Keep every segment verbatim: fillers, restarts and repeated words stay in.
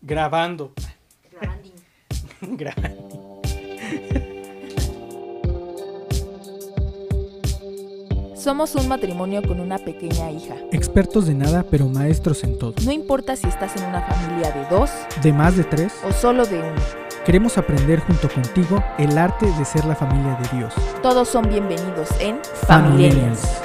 Grabando. Grabanding. Grabando. Somos un matrimonio con una pequeña hija. Expertos de nada, pero maestros en todo. No importa si estás en una familia de dos, De más de tres, o solo de uno. queremos aprender junto contigo el arte de ser la familia de Dios. Todos son bienvenidos en Familiarians. Familiarians.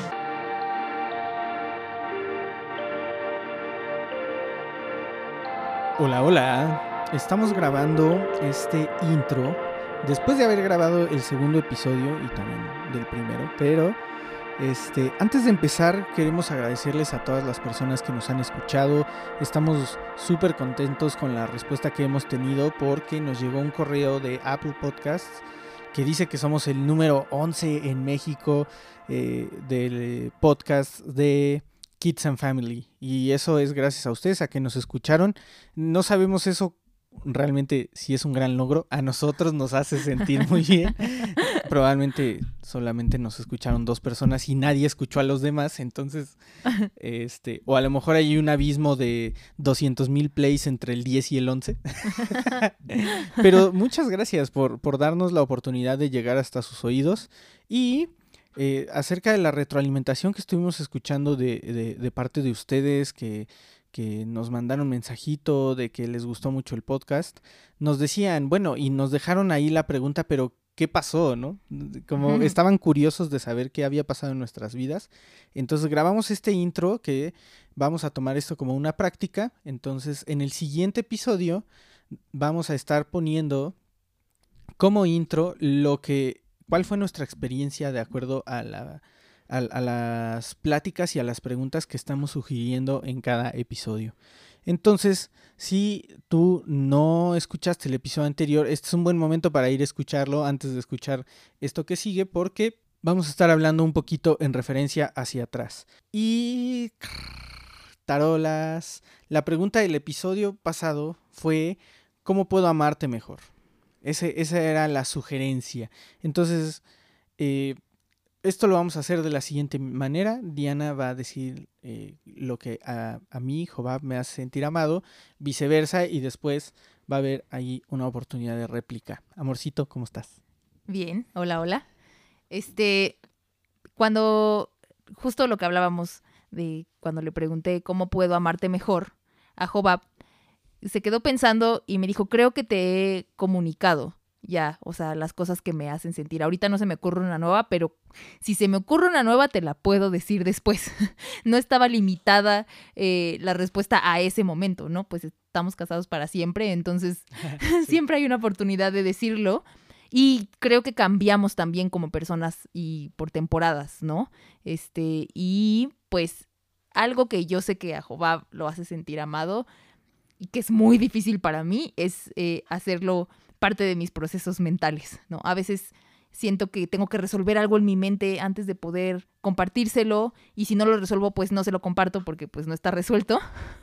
Hola, hola. Estamos grabando este intro después de haber grabado el segundo episodio y también del primero, pero este, antes de empezar queremos agradecerles a todas las personas que nos han escuchado. Estamos súper contentos con la respuesta que hemos tenido porque nos llegó un correo de Apple Podcasts que dice que somos el número once en México eh, del podcast de Kids and Family, y eso es gracias a ustedes, a que nos escucharon. No sabemos eso realmente si es un gran logro, a nosotros nos hace sentir muy bien. Probablemente solamente nos escucharon dos personas y nadie escuchó a los demás, entonces este, o a lo mejor hay un abismo de doscientos mil plays entre el diez y el once. Pero muchas gracias por, por darnos la oportunidad de llegar hasta sus oídos. Y Eh, acerca de la retroalimentación que estuvimos escuchando de, de, de parte de ustedes que, que nos mandaron mensajito de que les gustó mucho el podcast, nos decían, bueno, y nos dejaron ahí la pregunta, pero ¿qué pasó, no? Como uh-huh. Estaban curiosos de saber qué había pasado en nuestras vidas. Entonces grabamos este intro que vamos a tomar esto como una práctica. Entonces en el siguiente episodio vamos a estar poniendo como intro lo que ¿cuál fue nuestra experiencia de acuerdo a, la, a, a las pláticas y a las preguntas que estamos sugiriendo en cada episodio? Entonces, si tú no escuchaste el episodio anterior, este es un buen momento para ir a escucharlo antes de escuchar esto que sigue, porque vamos a estar hablando un poquito en referencia hacia atrás. Y tarolas, la pregunta del episodio pasado fue ¿cómo puedo amarte mejor? Ese, esa era la sugerencia. Entonces, eh, esto lo vamos a hacer de la siguiente manera. Diana va a decir eh, lo que a, a mí, Jobab, me hace sentir amado, viceversa, y después va a haber ahí una oportunidad de réplica. Amorcito, ¿cómo estás? Bien, hola, hola. Este, cuando, justo lo que hablábamos de cuando le pregunté cómo puedo amarte mejor a Jobab, se quedó pensando y me dijo, creo que te he comunicado ya, o sea, las cosas que me hacen sentir. Ahorita no se me ocurre una nueva, pero si se me ocurre una nueva te la puedo decir después. No estaba limitada eh, la respuesta a ese momento, ¿no? Pues estamos casados para siempre, entonces sí. Siempre hay una oportunidad de decirlo. Y creo que cambiamos también como personas y por temporadas, ¿no? Este, y pues algo que yo sé que a Jobab lo hace sentir amado y que es muy difícil para mí, es eh, hacerlo parte de mis procesos mentales, ¿no? A veces siento que tengo que resolver algo en mi mente antes de poder compartírselo, y si no lo resuelvo, pues no se lo comparto porque pues no está resuelto.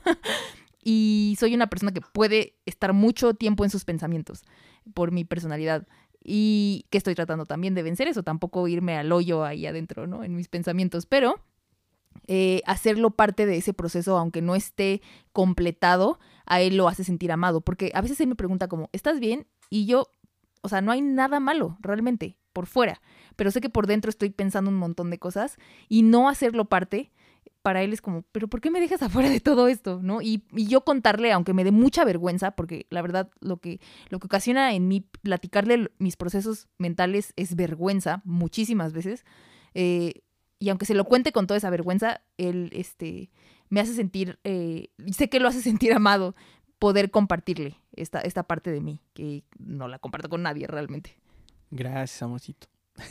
Y soy una persona que puede estar mucho tiempo en sus pensamientos por mi personalidad, y que estoy tratando también de vencer eso, tampoco irme al hoyo ahí adentro, ¿no? En mis pensamientos, pero Eh, hacerlo parte de ese proceso, aunque no esté completado, a él lo hace sentir amado, porque a veces él me pregunta como, ¿estás bien? Y yo, o sea, no hay nada malo realmente por fuera, pero sé que por dentro estoy pensando un montón de cosas, y no hacerlo parte, para él es como, ¿pero por qué me dejas afuera de todo esto? ¿No? Y, y yo contarle, aunque me dé mucha vergüenza, porque la verdad lo que, lo que ocasiona en mí platicarle mis procesos mentales es vergüenza, muchísimas veces, eh, y aunque se lo cuente con toda esa vergüenza, él este, me hace sentir, eh, sé que lo hace sentir amado, poder compartirle esta, esta parte de mí, que no la comparto con nadie realmente. Gracias, amorcito.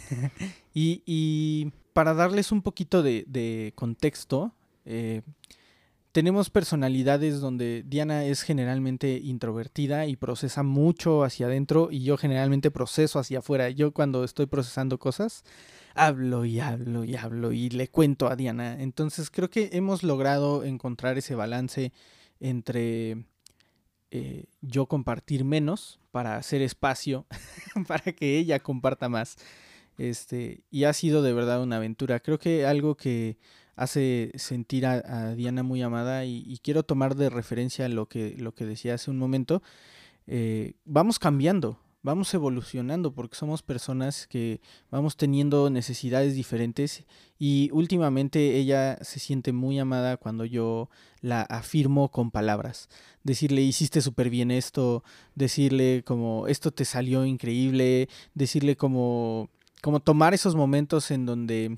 y, y para darles un poquito de, de contexto, eh, tenemos personalidades donde Diana es generalmente introvertida y procesa mucho hacia adentro, y yo generalmente proceso hacia afuera. Yo cuando estoy procesando cosas, hablo y hablo y hablo y le cuento a Diana. Entonces creo que hemos logrado encontrar ese balance entre eh, yo compartir menos para hacer espacio para que ella comparta más. Este, y ha sido de verdad una aventura. Creo que algo que hace sentir a, a Diana muy amada y, y quiero tomar de referencia lo que, lo que decía hace un momento. Eh, vamos cambiando, vamos evolucionando porque somos personas que vamos teniendo necesidades diferentes y últimamente ella se siente muy amada cuando yo la afirmo con palabras. Decirle, hiciste súper bien esto, decirle como, esto te salió increíble, decirle como, como tomar esos momentos en donde,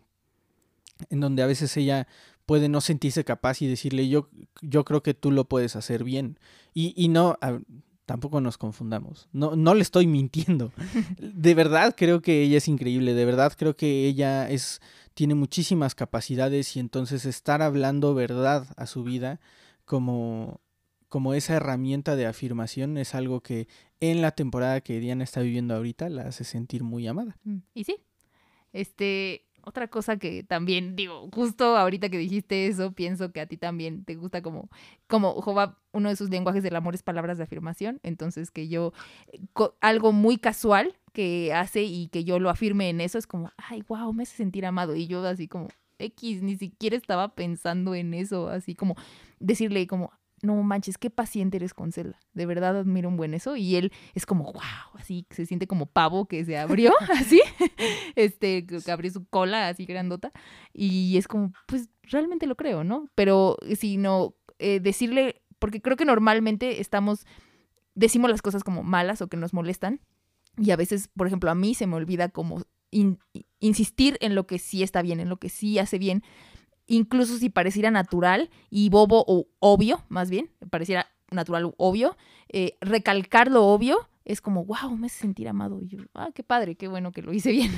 en donde a veces ella puede no sentirse capaz y decirle, yo, yo creo que tú lo puedes hacer bien. Y, y no... A, Tampoco nos confundamos. No, no le estoy mintiendo. De verdad creo que ella es increíble. De verdad creo que ella es, tiene muchísimas capacidades y entonces estar hablando verdad a su vida como, como esa herramienta de afirmación es algo que en la temporada que Diana está viviendo ahorita la hace sentir muy amada. Y sí, este... Otra cosa que también, digo, justo ahorita que dijiste eso, pienso que a ti también te gusta como, como Jobab, uno de sus lenguajes del amor es palabras de afirmación, entonces que yo, co- algo muy casual que hace y que yo lo afirme en eso es como, ay, wow, me hace sentir amado, y yo así como, X, ni siquiera estaba pensando en eso, así como decirle como, no manches, qué paciente eres con Zelda. De verdad admiro un buen eso. Y él es como, wow, así se siente como pavo que se abrió, así. Este, que abrió su cola así grandota. Y es como, pues realmente lo creo, ¿no? Pero si no, eh, decirle, porque creo que normalmente estamos, decimos las cosas como malas o que nos molestan. Y a veces, por ejemplo, a mí se me olvida como in, insistir en lo que sí está bien, en lo que sí hace bien. Incluso si pareciera natural y bobo o obvio, más bien, pareciera natural o obvio, eh, recalcar lo obvio es como, wow, me hace sentir amado. Y yo, ah, qué padre, qué bueno que lo hice bien.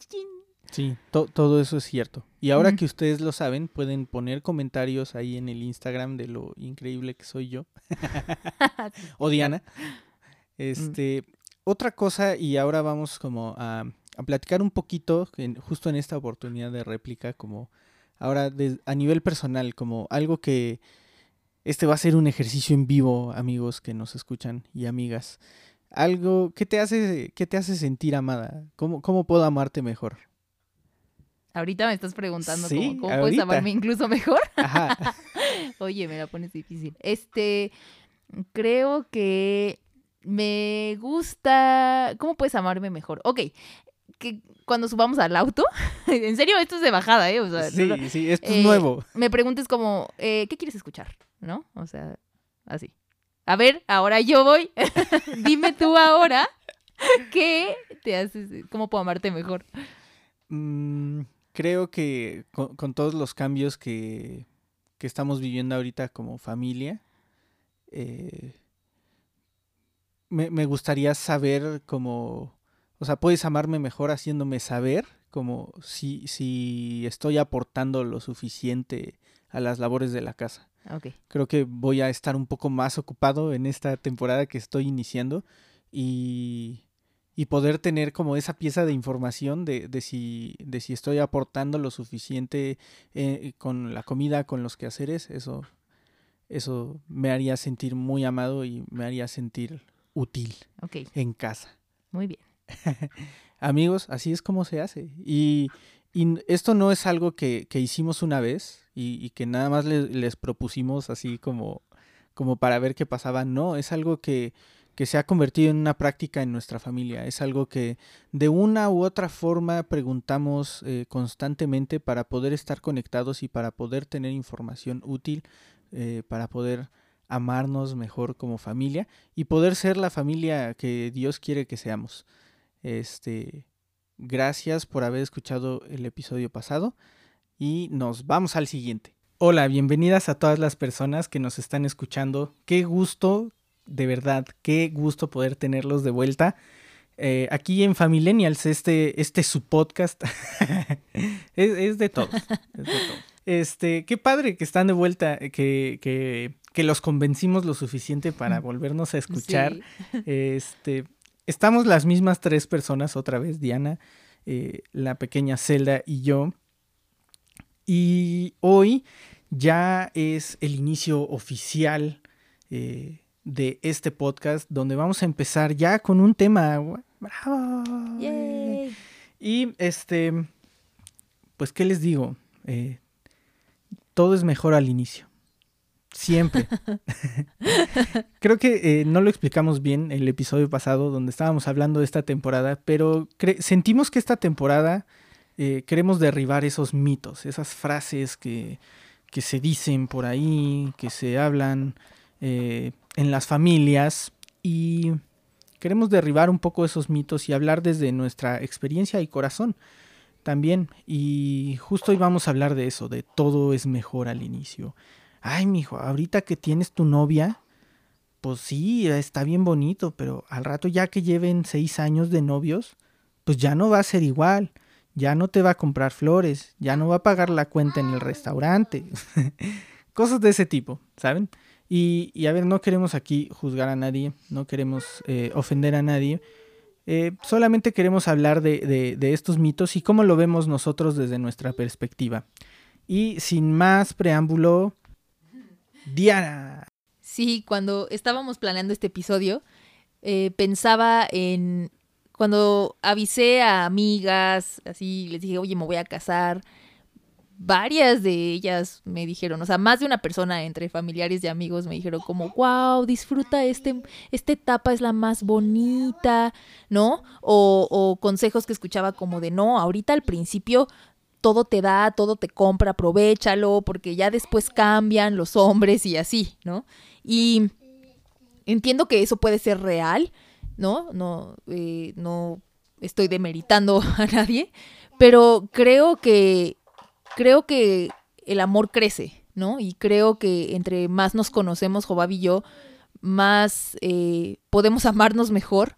Sí, to- todo eso es cierto. Y ahora Mm. que ustedes lo saben, pueden poner comentarios ahí en el Instagram de lo increíble que soy yo. O Diana. Este, Mm. otra cosa, y ahora vamos como a, a platicar un poquito, en, justo en esta oportunidad de réplica, como ahora de, a nivel personal, como algo que este va a ser un ejercicio en vivo, amigos que nos escuchan y amigas. Algo que te hace, que te hace sentir amada. ¿Cómo, cómo puedo amarte mejor? Ahorita me estás preguntando Sí, cómo, cómo puedes ahorita. amarme incluso mejor. Ajá. Oye, me la pones difícil. Este, creo que me gusta. ¿Cómo puedes amarme mejor? Ok, que cuando subamos al auto, en serio, esto es de bajada, ¿eh? O sea, no, no, Sí, sí, esto es eh, nuevo. me preguntes como, eh, ¿qué quieres escuchar? ¿No? O sea, así. A ver, ahora yo voy. Dime tú ahora qué te haces, cómo puedo amarte mejor. Mm, creo que con, con todos los cambios que, que estamos viviendo ahorita como familia, eh, me, me gustaría saber cómo, o sea, puedes amarme mejor haciéndome saber como si, si estoy aportando lo suficiente a las labores de la casa. Ok. Creo que voy a estar un poco más ocupado en esta temporada que estoy iniciando y, y poder tener como esa pieza de información de, de, si, de si estoy aportando lo suficiente eh, con la comida, con los quehaceres, eso, eso me haría sentir muy amado y me haría sentir útil Ok, en casa. muy bien. Amigos, así es como se hace. Y, y esto no es algo que, que hicimos una vez y, y que nada más les, les propusimos así como, como para ver qué pasaba. No, es algo que, que se ha convertido en una práctica en nuestra familia. Es algo que de una u otra forma preguntamos eh, constantemente para poder estar conectados y para poder tener información útil, eh, para poder amarnos mejor como familia y poder ser la familia que Dios quiere que seamos. Este, gracias por haber escuchado el episodio pasado y nos vamos al siguiente. Hola, bienvenidas a todas las personas que nos están escuchando. Qué gusto, de verdad, qué gusto poder tenerlos de vuelta. Eh, aquí en Famillennials, este, este su podcast es, es de todos. Es de todos. Este, qué padre que están de vuelta, que, que, que los convencimos lo suficiente para volvernos a escuchar. Sí. Este, estamos las mismas tres personas otra vez, Diana, eh, la pequeña Zelda y yo. Y hoy ya es el inicio oficial eh, de este podcast, donde vamos a empezar ya con un tema. ¡Bravo! Yay. Y este, pues, ¿qué les digo? Eh, todo es mejor al inicio. Siempre. Creo que eh, no lo explicamos bien el episodio pasado donde estábamos hablando de esta temporada, pero cre- sentimos que esta temporada eh, queremos derribar esos mitos, esas frases que, que se dicen por ahí, que se hablan eh, en las familias, y queremos derribar un poco esos mitos y hablar desde nuestra experiencia y corazón también. Y justo hoy vamos a hablar de eso, de todo es mejor al inicio. Ay, mijo, ahorita que tienes tu novia, pues sí, está bien bonito, pero al rato ya que lleven seis años de novios, pues ya no va a ser igual. Ya no te va a comprar flores, ya no va a pagar la cuenta en el restaurante. Cosas de ese tipo, ¿saben? Y, y a ver, no queremos aquí juzgar a nadie, no queremos eh, ofender a nadie. Eh, solamente queremos hablar de, de, de estos mitos y cómo lo vemos nosotros desde nuestra perspectiva. Y sin más preámbulo, Diana. Sí, cuando estábamos planeando este episodio, eh, pensaba en cuando avisé a amigas, así les dije, oye, me voy a casar. Varias de ellas me dijeron, o sea, más de una persona entre familiares y amigos me dijeron como, wow, disfruta este, esta etapa es la más bonita, ¿no? O, o consejos que escuchaba como de, no, ahorita al principio todo te da, todo te compra, aprovéchalo, porque ya después cambian los hombres y así, ¿no? Y entiendo que eso puede ser real, ¿no? No, eh, no estoy demeritando a nadie, pero creo que creo que el amor crece, ¿no? Y creo que entre más nos conocemos, Jobab y yo, más eh, podemos amarnos mejor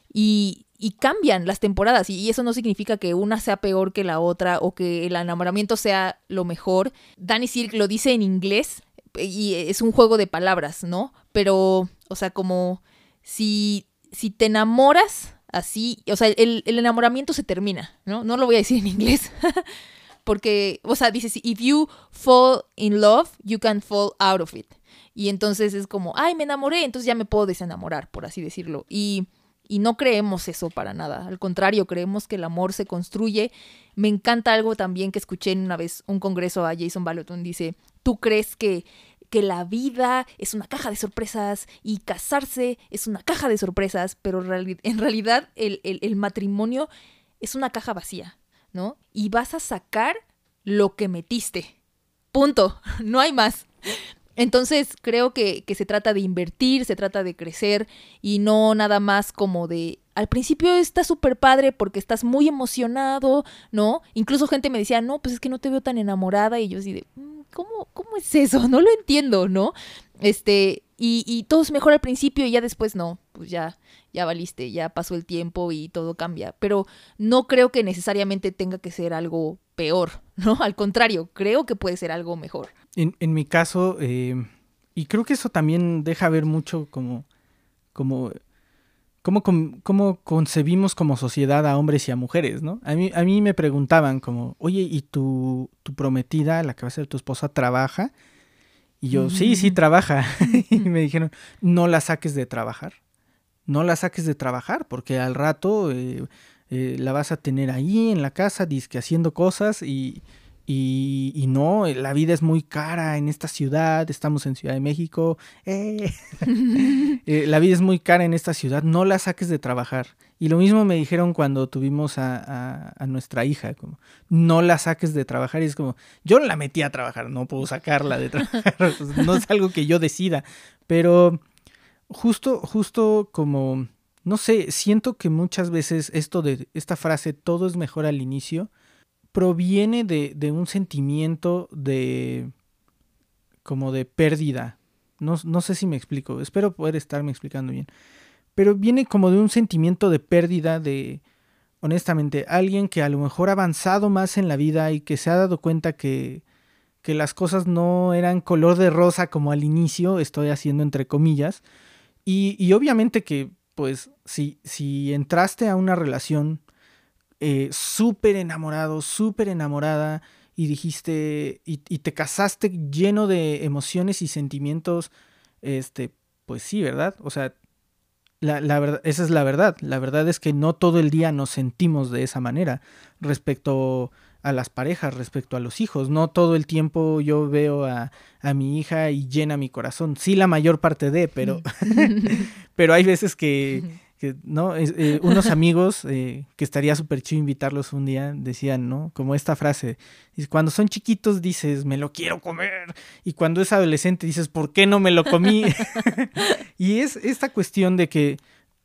y, y cambian las temporadas. Y, y eso no significa que una sea peor que la otra o que el enamoramiento sea lo mejor. Danny Silk lo dice en inglés y es un juego de palabras, ¿no? Pero, o sea, como si, si te enamoras así, o sea, el, el enamoramiento se termina, ¿no? No lo voy a decir en inglés. Porque, o sea, dice, if you fall in love, you can fall out of it. Y entonces es como, ay, me enamoré, entonces ya me puedo desenamorar, por así decirlo. Y, y no creemos eso para nada. Al contrario, creemos que el amor se construye. Me encanta algo también que escuché en una vez un congreso a Jason Baloton. Dice, ¿tú crees que, que la vida es una caja de sorpresas y casarse es una caja de sorpresas? Pero reali- en realidad el, el, el matrimonio es una caja vacía, ¿no? Y vas a sacar lo que metiste. Punto. No hay más. Entonces creo que, que se trata de invertir, se trata de crecer y no nada más como de... Al principio está súper padre porque estás muy emocionado, ¿no? Incluso gente me decía, no, pues es que no te veo tan enamorada. Y yo así de, ¿cómo, cómo es eso? No lo entiendo, ¿no? Este, y, y todo es mejor al principio y ya después no, pues ya... ya valiste, ya pasó el tiempo y todo cambia. Pero no creo que necesariamente tenga que ser algo peor, ¿no? Al contrario, creo que puede ser algo mejor. En, en mi caso, eh, y creo que eso también deja ver mucho como, como, como, como, como concebimos como sociedad a hombres y a mujeres, ¿no? A mí, a mí me preguntaban como, oye, ¿y tu, tu prometida, la que va a ser tu esposa, trabaja? Y yo, sí, sí, trabaja. Y me dijeron, no la saques de trabajar. No la saques de trabajar porque al rato eh, eh, la vas a tener ahí en la casa dizque haciendo cosas y, y, y no, la vida es muy cara en esta ciudad, estamos en Ciudad de México, eh. eh, la vida es muy cara en esta ciudad, no la saques de trabajar. Y lo mismo me dijeron cuando tuvimos a, a, a nuestra hija, como, no la saques de trabajar. Y es como, yo la metí a trabajar, no puedo sacarla de trabajar, no es algo que yo decida, pero... Justo, justo como, no sé, siento que muchas veces esto de esta frase, todo es mejor al inicio, proviene de, de un sentimiento de, como de pérdida. No, no sé si me explico, espero poder estarme explicando bien. Pero viene como de un sentimiento de pérdida de, honestamente, alguien que a lo mejor ha avanzado más en la vida y que se ha dado cuenta que, que las cosas no eran color de rosa como al inicio, estoy haciendo entre comillas. Y, y obviamente que, pues, si, si entraste a una relación eh, súper enamorado, súper enamorada, y dijiste, y, y te casaste lleno de emociones y sentimientos, este, pues sí, ¿verdad? O sea, la, la verdad, esa es la verdad. La verdad es que no todo el día nos sentimos de esa manera respecto a las parejas respecto a los hijos. No todo el tiempo yo veo a, a mi hija y llena mi corazón. Sí, la mayor parte de, pero, pero hay veces que, que ¿no? Eh, unos amigos eh, que estaría súper chido invitarlos un día decían, ¿no? Como esta frase, cuando son chiquitos dices, me lo quiero comer, y cuando es adolescente dices, ¿por qué no me lo comí? Y es esta cuestión de que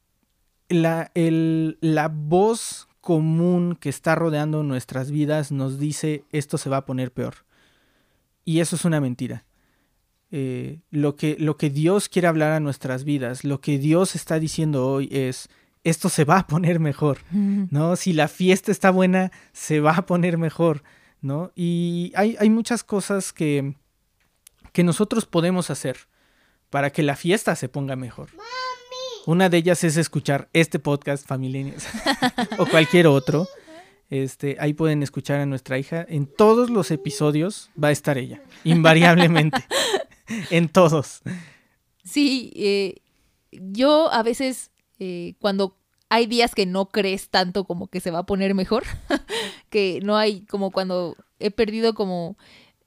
la, el, la voz común que está rodeando nuestras vidas nos dice esto se va a poner peor. Y eso es una mentira. Eh, lo que, lo que Dios quiere hablar a nuestras vidas, lo que Dios está diciendo hoy es esto se va a poner mejor, ¿no? Si la fiesta está buena, se va a poner mejor, ¿no? Y hay, hay muchas cosas que, que nosotros podemos hacer para que la fiesta se ponga mejor. Una de ellas es escuchar este podcast, Familinias, o cualquier otro. Este, ahí pueden escuchar a nuestra hija. En todos los episodios va a estar ella, invariablemente. En todos. Sí, eh, yo a veces, eh, cuando hay días que no crees tanto como que se va a poner mejor, que no hay, como cuando he perdido como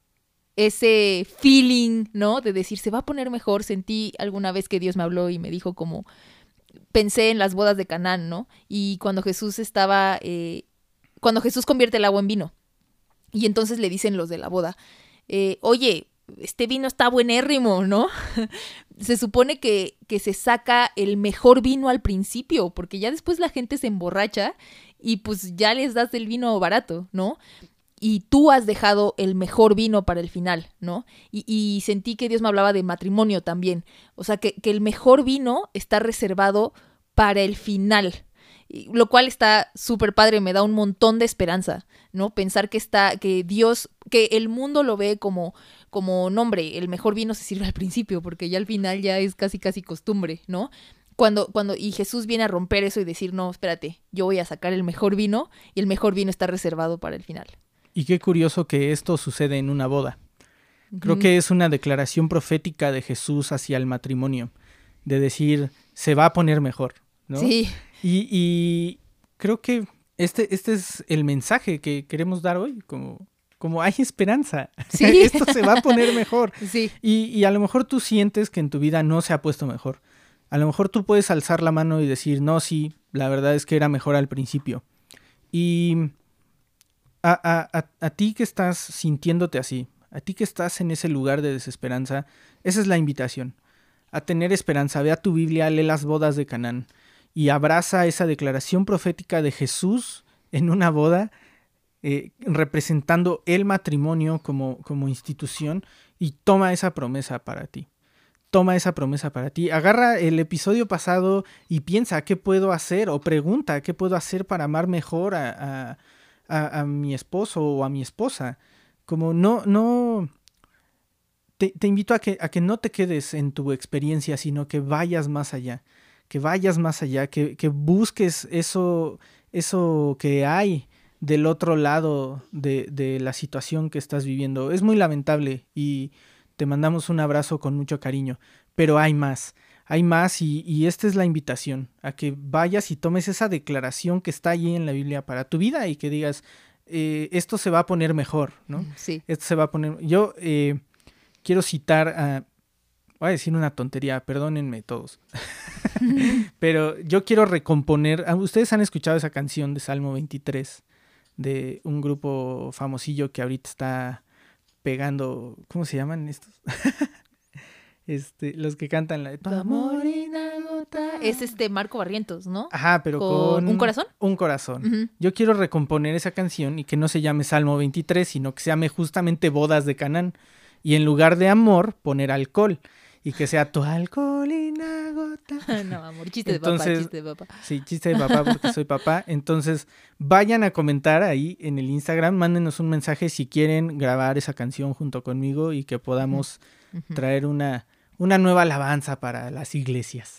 ese feeling, ¿no? De decir, se va a poner mejor. Sentí alguna vez que Dios me habló y me dijo como, pensé en las bodas de Canaán, ¿no? Y cuando Jesús estaba, eh, cuando Jesús convierte el agua en vino. Y entonces le dicen los de la boda, eh, oye, este vino está buenérrimo, ¿no? Se supone que, que se saca el mejor vino al principio, porque ya después la gente se emborracha y pues ya les das el vino barato, ¿no? Y tú has dejado el mejor vino para el final, ¿no? Y, y sentí que Dios me hablaba de matrimonio también. O sea, que, que el mejor vino está reservado para el final. Y, lo cual está súper padre, me da un montón de esperanza, ¿no? Pensar que está, que Dios, que el mundo lo ve como, como nombre, el mejor vino se sirve al principio, porque ya al final ya es casi casi costumbre, ¿no? Cuando, cuando, y Jesús viene a romper eso y decir, no, espérate, yo voy a sacar el mejor vino y el mejor vino está reservado para el final. Y qué curioso que esto sucede en una boda. Creo que es una declaración profética de Jesús hacia el matrimonio, de decir, se va a poner mejor, ¿no? Sí. Y, y creo que este, este es el mensaje que queremos dar hoy, como, como hay esperanza. Sí. Esto se va a poner mejor. Sí. Y, y a lo mejor tú sientes que en tu vida no se ha puesto mejor. A lo mejor tú puedes alzar la mano y decir, no, sí, la verdad es que era mejor al principio. Y A, a, a, a ti que estás sintiéndote así, a ti que estás en ese lugar de desesperanza, esa es la invitación, a tener esperanza. Ve a tu Biblia, lee las bodas de Canaán y abraza esa declaración profética de Jesús en una boda, eh, representando el matrimonio como, como institución, y toma esa promesa para ti. Toma esa promesa para ti. Agarra el episodio pasado y piensa, ¿qué puedo hacer? O pregunta, ¿qué puedo hacer para amar mejor a... a A, a mi esposo o a mi esposa? Como no, no, te, te invito a que, a que no te quedes en tu experiencia, sino que vayas más allá, que vayas más allá, que, que busques eso, eso que hay del otro lado de, de la situación que estás viviendo. Es muy lamentable y te mandamos un abrazo con mucho cariño, pero hay más. Hay más y, y esta es la invitación, a que vayas y tomes esa declaración que está allí en la Biblia para tu vida y que digas, eh, esto se va a poner mejor, ¿no? Sí. Esto se va a poner... Yo eh, quiero citar a... Voy a decir una tontería, perdónenme todos. Pero yo quiero recomponer... Ustedes han escuchado esa canción de Salmo veintitrés, de un grupo famosillo que ahorita está pegando... ¿Cómo se llaman estos? Este, los que cantan la de Tu amor inagotable. Es este Marco Barrientos, ¿no? Ajá, pero ¿Con, con... un corazón? Un corazón. Uh-huh. Yo quiero recomponer esa canción y que no se llame Salmo veintitrés, sino que se llame justamente Bodas de Canaán. Y en lugar de amor, poner alcohol. Y que sea tu alcohol inagotable. No, amor, chiste Entonces, de papá, chiste de papá. Sí, chiste de papá porque soy papá. Entonces, vayan a comentar ahí en el Instagram. Mándenos un mensaje si quieren grabar esa canción junto conmigo y que podamos uh-huh. traer una... Una nueva alabanza para las iglesias.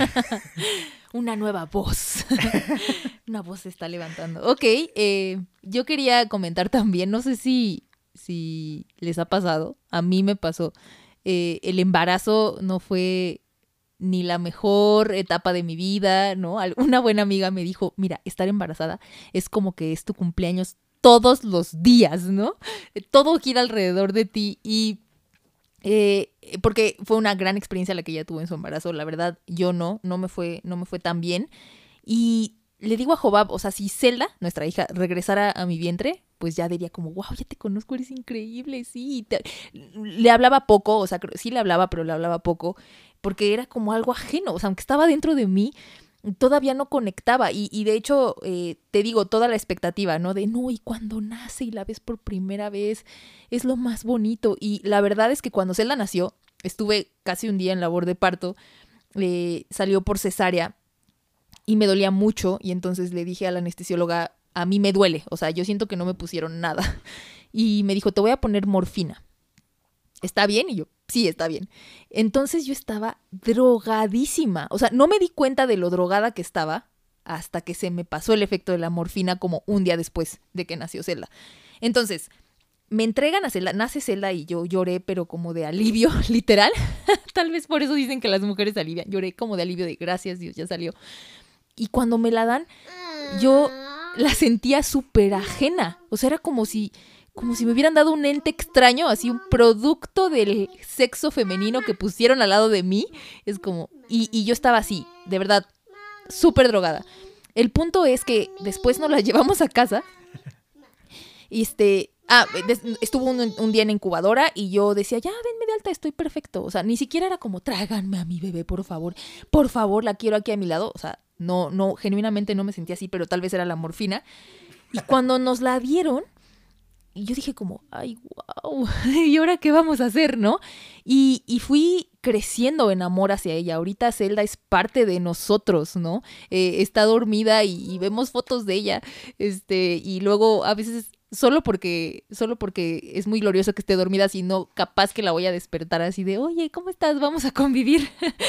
Una nueva voz. Una voz se está levantando. Ok, eh, yo quería comentar también, no sé si, si les ha pasado, a mí me pasó. Eh, el embarazo no fue ni la mejor etapa de mi vida, ¿no? Una buena amiga me dijo, mira, estar embarazada es como que es tu cumpleaños todos los días, ¿no? Todo gira alrededor de ti y eh, porque fue una gran experiencia la que ella tuvo en su embarazo, la verdad, yo no, no me fue, no me fue tan bien. Y le digo a Jobab, o sea, si Zelda, nuestra hija, regresara a mi vientre, pues ya diría como, wow, ya te conozco, eres increíble, sí. Te... Le hablaba poco, o sea, sí le hablaba, pero le hablaba poco, porque era como algo ajeno, o sea, aunque estaba dentro de mí, todavía no conectaba. Y, y de hecho, eh, te digo, toda la expectativa, ¿no? De, no, y cuando nace y la ves por primera vez, es lo más bonito. Y la verdad es que cuando Zelda nació, estuve casi un día en labor de parto, eh, salió por cesárea, y me dolía mucho, y entonces le dije a la anestesióloga, a mí me duele, o sea, yo siento que no me pusieron nada. Y me dijo, te voy a poner morfina. ¿Está bien? Y yo, sí, está bien. Entonces yo estaba drogadísima, o sea, no me di cuenta de lo drogada que estaba hasta que se me pasó el efecto de la morfina como un día después de que nació Zelda. Entonces, me entregan a Zelda, nace Zelda y yo lloré, pero como de alivio, literal. Tal vez por eso dicen que las mujeres alivian. Lloré como de alivio de gracias, Dios, ya salió. Y cuando me la dan, yo la sentía súper ajena. O sea, era como si, como si me hubieran dado un ente extraño, así un producto del sexo femenino que pusieron al lado de mí. Es como... Y, y yo estaba así, de verdad, súper drogada. El punto es que después nos la llevamos a casa. Y este... Ah, estuvo un, un día en incubadora y yo decía, ya, denme de alta, estoy perfecto. O sea, ni siquiera era como, tráiganme a mi bebé, por favor. Por favor, la quiero aquí a mi lado. O sea, no, no, genuinamente no me sentía así, pero tal vez era la morfina. Y cuando nos la dieron, yo dije como, ay, wow, ¿y ahora qué vamos a hacer, no? Y, y fui creciendo en amor hacia ella. Ahorita Zelda es parte de nosotros, ¿no? Eh, está dormida y, y vemos fotos de ella. Este, y luego a veces... Solo porque, solo porque es muy glorioso que esté dormida, sino capaz que la voy a despertar así de, oye, ¿cómo estás? Vamos a convivir.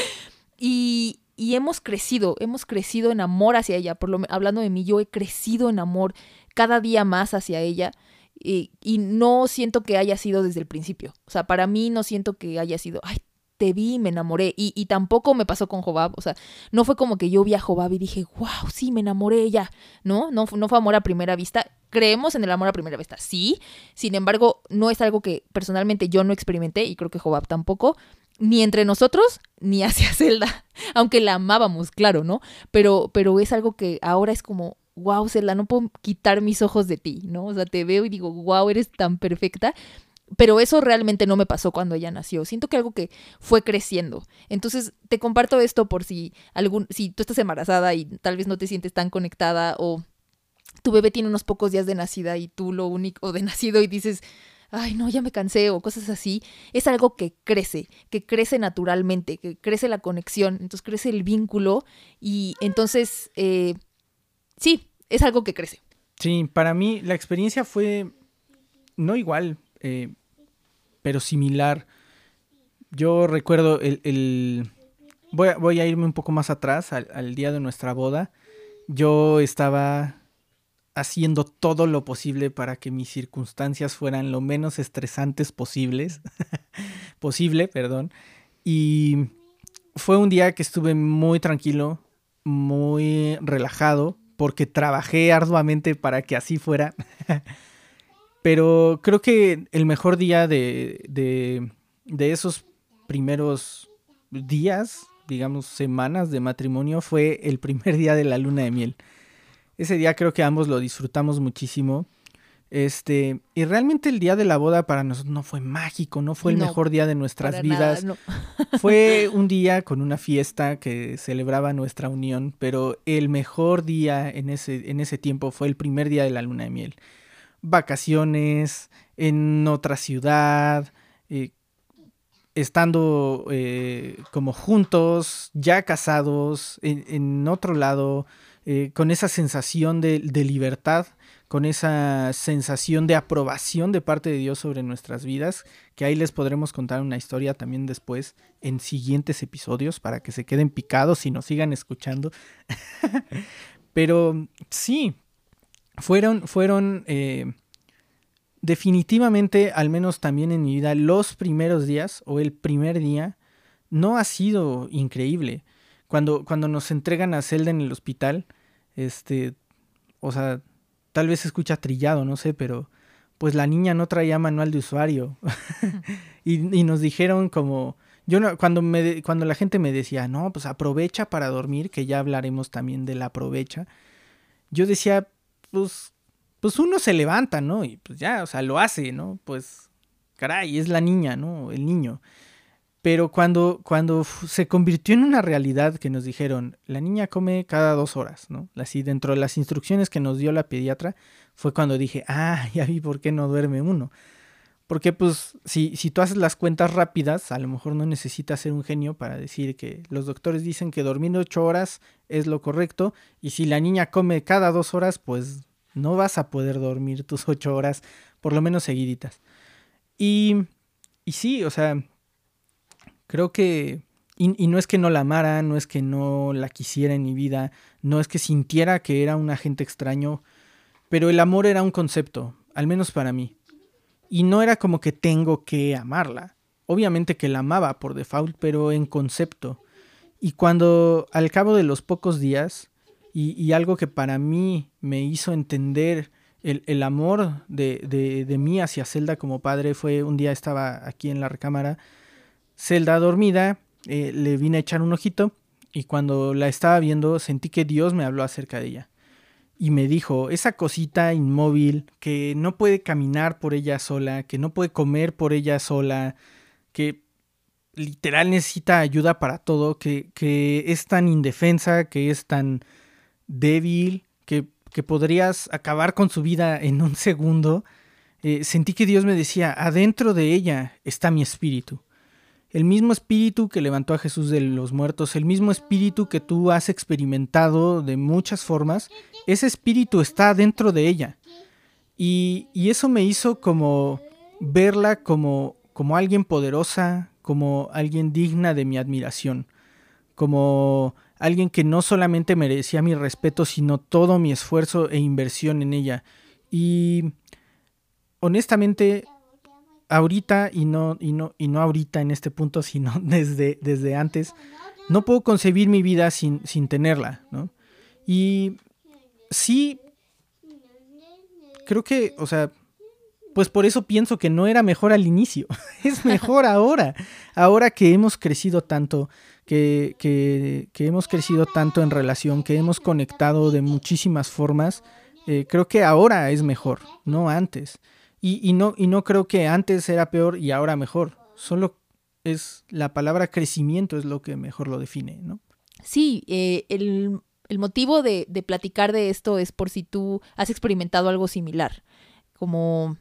y, y hemos crecido, hemos crecido en amor hacia ella. Por lo, hablando de mí, yo he crecido en amor cada día más hacia ella. Y, y no siento que haya sido desde el principio. O sea, para mí no siento que haya sido, ay, te vi y me enamoré. Y, y tampoco me pasó con Jobab. O sea, no fue como que yo vi a Jobab y dije, wow, sí, me enamoré ya. No, no, no fue amor a primera vista. Creemos en el amor a primera vista, sí. Sin embargo, no es algo que personalmente yo no experimenté y creo que Jobab tampoco. Ni entre nosotros, ni hacia Zelda. Aunque la amábamos, claro, ¿no? Pero, pero es algo que ahora es como, wow, Zelda, no puedo quitar mis ojos de ti, ¿no? O sea, te veo y digo, wow, eres tan perfecta. Pero eso realmente no me pasó cuando ella nació. Siento que algo que fue creciendo. Entonces, te comparto esto por si algún, si tú estás embarazada y tal vez no te sientes tan conectada o tu bebé tiene unos pocos días de nacida y tú lo único, o de nacido y dices, ay, no, ya me cansé o cosas así. Es algo que crece, que crece naturalmente, que crece la conexión, entonces crece el vínculo y entonces, eh, sí, es algo que crece. Sí, para mí la experiencia fue no igual, eh, pero similar. Yo recuerdo el... el... Voy, a, voy a irme un poco más atrás, al, al día de nuestra boda. Yo estaba haciendo todo lo posible para que mis circunstancias fueran lo menos estresantes posibles. posible, perdón. Y fue un día que estuve muy tranquilo, muy relajado, porque trabajé arduamente para que así fuera. Pero creo que el mejor día de, de, de esos primeros días, digamos semanas de matrimonio, fue el primer día de la luna de miel. Ese día creo que ambos lo disfrutamos muchísimo. Este, y realmente el día de la boda para nosotros no fue mágico, no fue el no, mejor día de nuestras vidas. Nada, no. Fue un día con una fiesta que celebraba nuestra unión, pero el mejor día en ese, en ese tiempo fue el primer día de la luna de miel. Vacaciones, en otra ciudad, eh, estando eh, como juntos, ya casados, en, en otro lado, eh, con esa sensación de, de libertad, con esa sensación de aprobación de parte de Dios sobre nuestras vidas, que ahí les podremos contar una historia también después en siguientes episodios para que se queden picados y nos sigan escuchando. Pero sí, fueron, fueron eh, definitivamente, al menos también en mi vida, los primeros días o el primer día no ha sido increíble. Cuando, cuando nos entregan a Zelda en el hospital, este, o sea, tal vez se escucha trillado, no sé, pero pues la niña no traía manual de usuario. y, y nos dijeron como... Yo no, cuando, me, cuando la gente me decía, no, pues aprovecha para dormir, que ya hablaremos también de la aprovecha, yo decía, pues, pues uno se levanta, ¿no? Y pues ya, o sea, lo hace, ¿no? Pues, caray, es la niña, ¿no? El niño. Pero cuando, cuando se convirtió en una realidad que nos dijeron, la niña come cada dos horas, ¿no? Así dentro de las instrucciones que nos dio la pediatra, fue cuando dije, ah, ya vi por qué no duerme uno. Porque pues si, si tú haces las cuentas rápidas, a lo mejor no necesitas ser un genio para decir que los doctores dicen que dormir ocho horas es lo correcto, y si la niña come cada dos horas, pues no vas a poder dormir tus ocho horas, por lo menos seguiditas. Y, y sí, o sea, creo que... Y, y no es que no la amara, no es que no la quisiera en mi vida, no es que sintiera que era un agente extraño, pero el amor era un concepto, al menos para mí. Y no era como que tengo que amarla. Obviamente que la amaba por default, pero en concepto. Y cuando al cabo de los pocos días, y, y algo que para mí me hizo entender el, el amor de, de, de mí hacia Zelda como padre, fue un día estaba aquí en la recámara, Zelda dormida, eh, le vine a echar un ojito, y cuando la estaba viendo sentí que Dios me habló acerca de ella. Y me dijo, esa cosita inmóvil que no puede caminar por ella sola, que no puede comer por ella sola, que literal necesita ayuda para todo, que, que es tan indefensa, que es tan débil, que, que podrías acabar con su vida en un segundo. Eh, sentí que Dios me decía, adentro de ella está mi espíritu. El mismo espíritu que levantó a Jesús de los muertos, el mismo espíritu que tú has experimentado de muchas formas, ese espíritu está dentro de ella. Y, y eso me hizo como verla como, como alguien poderosa, como alguien digna de mi admiración, como alguien que no solamente merecía mi respeto, sino todo mi esfuerzo e inversión en ella. Y honestamente... ahorita y no, y no, y no ahorita en este punto, sino desde, desde antes, no puedo concebir mi vida sin, sin tenerla, ¿no? Y sí, creo que, o sea, pues por eso pienso que no era mejor al inicio, es mejor ahora, ahora que hemos crecido tanto, que, que, que hemos crecido tanto en relación, que hemos conectado de muchísimas formas, eh, creo que ahora es mejor, no antes. Y, y, no, y no creo que antes era peor y ahora mejor. Solo es la palabra crecimiento es lo que mejor lo define, ¿no? Sí, eh, el, el motivo de, de platicar de esto es por si tú has experimentado algo similar. Como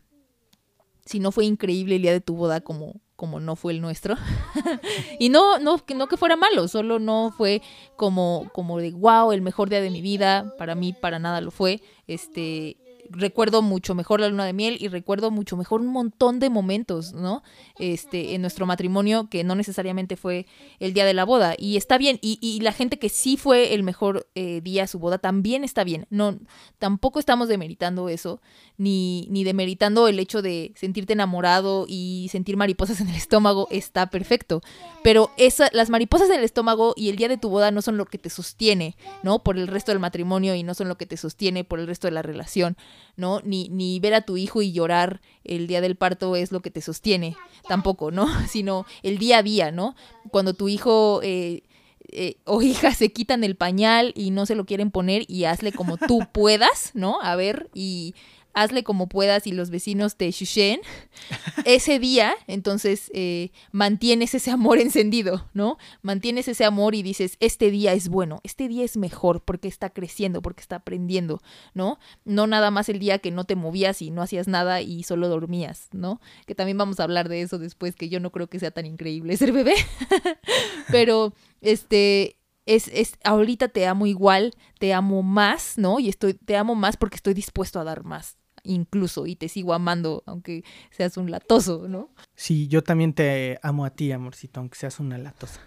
si no fue increíble el día de tu boda como, como no fue el nuestro. Y no, no, no que fuera malo, solo no fue como, como de wow, el mejor día de mi vida. Para mí para nada lo fue. Este... Recuerdo mucho mejor la luna de miel y recuerdo mucho mejor un montón de momentos, ¿no? Este, en nuestro matrimonio que no necesariamente fue el día de la boda. Y está bien. Y, y la gente que sí fue el mejor eh, día a su boda también está bien. No, tampoco estamos demeritando eso, ni, ni demeritando el hecho de sentirte enamorado y sentir mariposas en el estómago. Está perfecto. Pero esa, las mariposas en el estómago y el día de tu boda no son lo que te sostiene, ¿no? Por el resto del matrimonio y no son lo que te sostiene por el resto de la relación. ¿No? Ni, ni ver a tu hijo y llorar el día del parto es lo que te sostiene, tampoco, ¿no? Sino el día a día, ¿no? Cuando tu hijo eh, eh, o hija se quitan el pañal y no se lo quieren poner y hazle como tú puedas, ¿no? A ver, y hazle como puedas y los vecinos te chucheen. Ese día, entonces, eh, mantienes ese amor encendido, ¿no? Mantienes ese amor y dices, este día es bueno, este día es mejor porque está creciendo, porque está aprendiendo, ¿no? No nada más el día que no te movías y no hacías nada y solo dormías, ¿no? Que también vamos a hablar de eso después, que yo no creo que sea tan increíble ser bebé. Pero, este... Es, es, ahorita te amo igual, te amo más, ¿no? Y estoy, te amo más porque estoy dispuesto a dar más, incluso, y te sigo amando, aunque seas un latoso, ¿no? Sí, yo también te amo a ti, amorcito, aunque seas una latosa.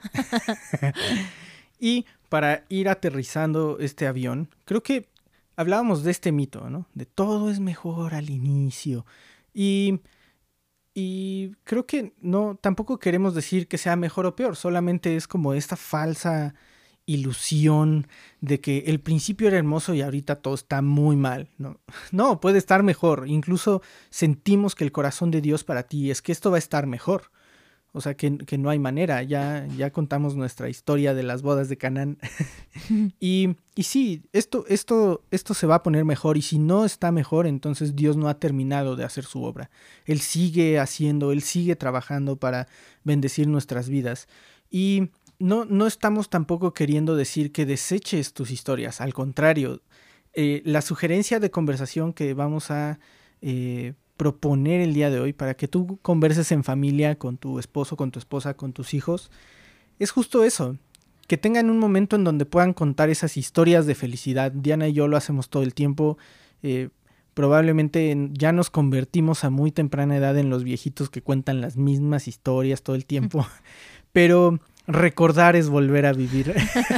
Y para ir aterrizando este avión, creo que hablábamos de este mito, ¿no? De todo es mejor al inicio. Y... Y creo que no, tampoco queremos decir que sea mejor o peor, solamente es como esta falsa ilusión de que el principio era hermoso y ahorita todo está muy mal. No, no, puede estar mejor. Incluso sentimos que el corazón de Dios para ti es que esto va a estar mejor. O sea, que, que no hay manera. Ya, ya contamos nuestra historia de las bodas de Canaán. y, y sí, esto, esto, esto se va a poner mejor. Y si no está mejor, entonces Dios no ha terminado de hacer su obra. Él sigue haciendo, Él sigue trabajando para bendecir nuestras vidas. Y no, no estamos tampoco queriendo decir que deseches tus historias. Al contrario, eh, la sugerencia de conversación que vamos a Eh, proponer el día de hoy para que tú converses en familia con tu esposo, con tu esposa, con tus hijos, es justo eso, que tengan un momento en donde puedan contar esas historias de felicidad. Diana y yo lo hacemos todo el tiempo, eh, probablemente ya nos convertimos a muy temprana edad en los viejitos que cuentan las mismas historias todo el tiempo, pero recordar es volver a vivir.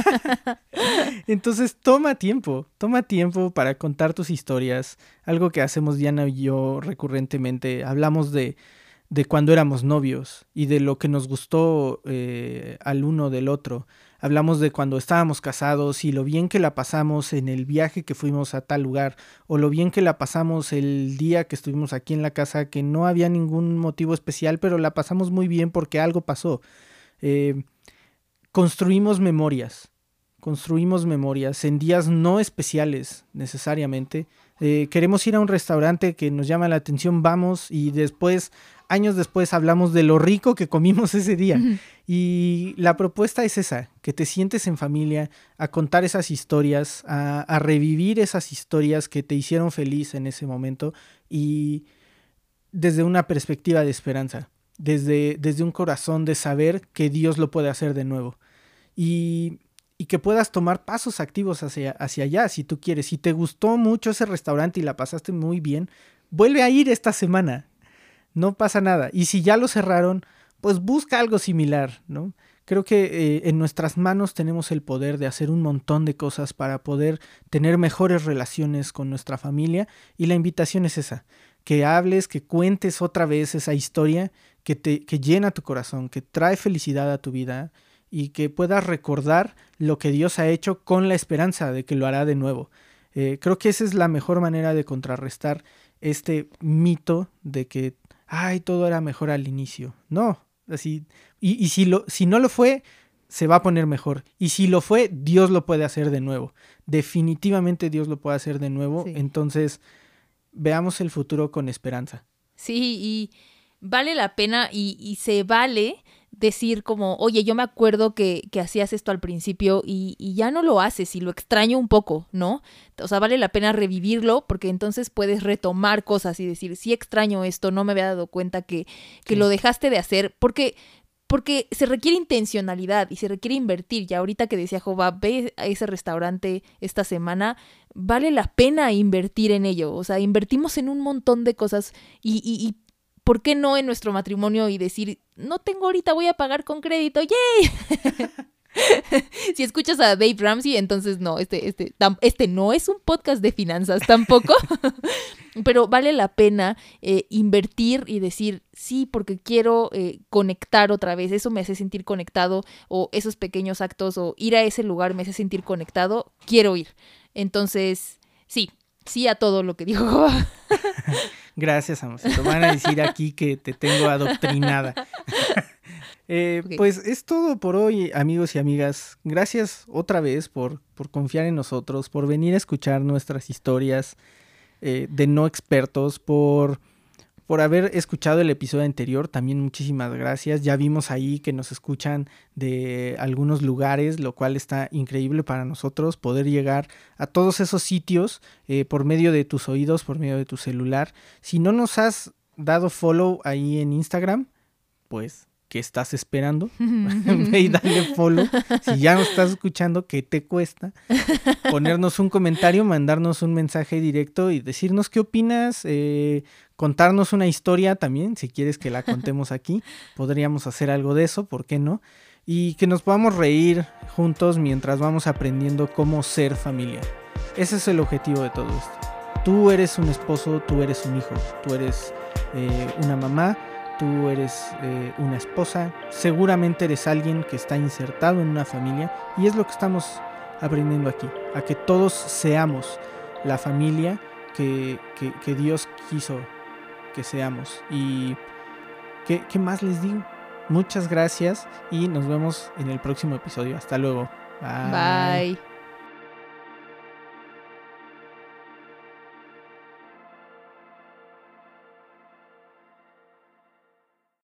Entonces toma tiempo, toma tiempo para contar tus historias. Algo que hacemos Diana y yo recurrentemente, hablamos de, de cuando éramos novios y de lo que nos gustó eh, al uno del otro. Hablamos de cuando estábamos casados y lo bien que la pasamos en el viaje que fuimos a tal lugar, o lo bien que la pasamos el día que estuvimos aquí en la casa, que no había ningún motivo especial, pero la pasamos muy bien porque algo pasó. Eh, construimos memorias. Construimos memorias en días no especiales necesariamente. Eh, queremos ir a un restaurante que nos llama la atención, vamos y después, años después, hablamos de lo rico que comimos ese día. Uh-huh. Y la propuesta es esa, que te sientes en familia a contar esas historias, a, a revivir esas historias que te hicieron feliz en ese momento y desde una perspectiva de esperanza, desde, desde un corazón de saber que Dios lo puede hacer de nuevo. Y... y que puedas tomar pasos activos hacia, hacia allá, si tú quieres. Si te gustó mucho ese restaurante y la pasaste muy bien, vuelve a ir esta semana. No pasa nada. Y si ya lo cerraron, pues busca algo similar, ¿no? Creo que eh, en nuestras manos tenemos el poder de hacer un montón de cosas para poder tener mejores relaciones con nuestra familia. Y la invitación es esa, que hables, que cuentes otra vez esa historia que, te, que llena tu corazón, que trae felicidad a tu vida, y que puedas recordar lo que Dios ha hecho con la esperanza de que lo hará de nuevo. Eh, creo que esa es la mejor manera de contrarrestar este mito de que, ay, todo era mejor al inicio. No, así, y, y si, lo, si no lo fue, se va a poner mejor. Y si lo fue, Dios lo puede hacer de nuevo. Definitivamente Dios lo puede hacer de nuevo. Sí. Entonces, veamos el futuro con esperanza. Sí, y vale la pena y, y se vale decir como, oye, yo me acuerdo que, que hacías esto al principio y, y ya no lo haces y lo extraño un poco, ¿no? O sea, vale la pena revivirlo porque entonces puedes retomar cosas y decir, sí extraño esto, no me había dado cuenta que, que sí. Lo dejaste de hacer, porque, porque se requiere intencionalidad y se requiere invertir. Y ahorita que decía Jova, ve a ese restaurante esta semana, vale la pena invertir en ello. O sea, invertimos en un montón de cosas y, y, y ¿por qué no en nuestro matrimonio y decir, no tengo ahorita, voy a pagar con crédito, ¡yay! Si escuchas a Dave Ramsey, entonces no, este, este, este no es un podcast de finanzas tampoco, pero vale la pena eh, invertir y decir, sí, porque quiero eh, conectar otra vez, eso me hace sentir conectado, o esos pequeños actos, o ir a ese lugar me hace sentir conectado, quiero ir. Entonces, sí, sí a todo lo que dijo. Gracias, amorcito. Van a decir aquí que te tengo adoctrinada. eh, okay. Pues es todo por hoy, amigos y amigas. Gracias otra vez por, por confiar en nosotros, por venir a escuchar nuestras historias eh, de no expertos, por, por haber escuchado el episodio anterior. También muchísimas gracias. Ya vimos ahí que nos escuchan de algunos lugares, lo cual está increíble para nosotros, poder llegar a todos esos sitios eh, por medio de tus oídos, por medio de tu celular. Si no nos has dado follow ahí en Instagram, pues, ¿qué estás esperando? Ve y dale follow. Si ya nos estás escuchando, ¿qué te cuesta? Ponernos un comentario, mandarnos un mensaje directo y decirnos qué opinas, eh, contarnos una historia también, si quieres que la contemos aquí. Podríamos hacer algo de eso, ¿por qué no? Y que nos podamos reír juntos mientras vamos aprendiendo cómo ser familia. Ese es el objetivo de todo esto. Tú eres un esposo, tú eres un hijo, tú eres eh, una mamá, tú eres eh, una esposa, seguramente eres alguien que está insertado en una familia, y es lo que estamos aprendiendo aquí, a que todos seamos la familia que, que, que Dios quiso que seamos. Y ¿qué, ¿qué más les digo? Muchas gracias y nos vemos en el próximo episodio. Hasta luego. Bye. Bye.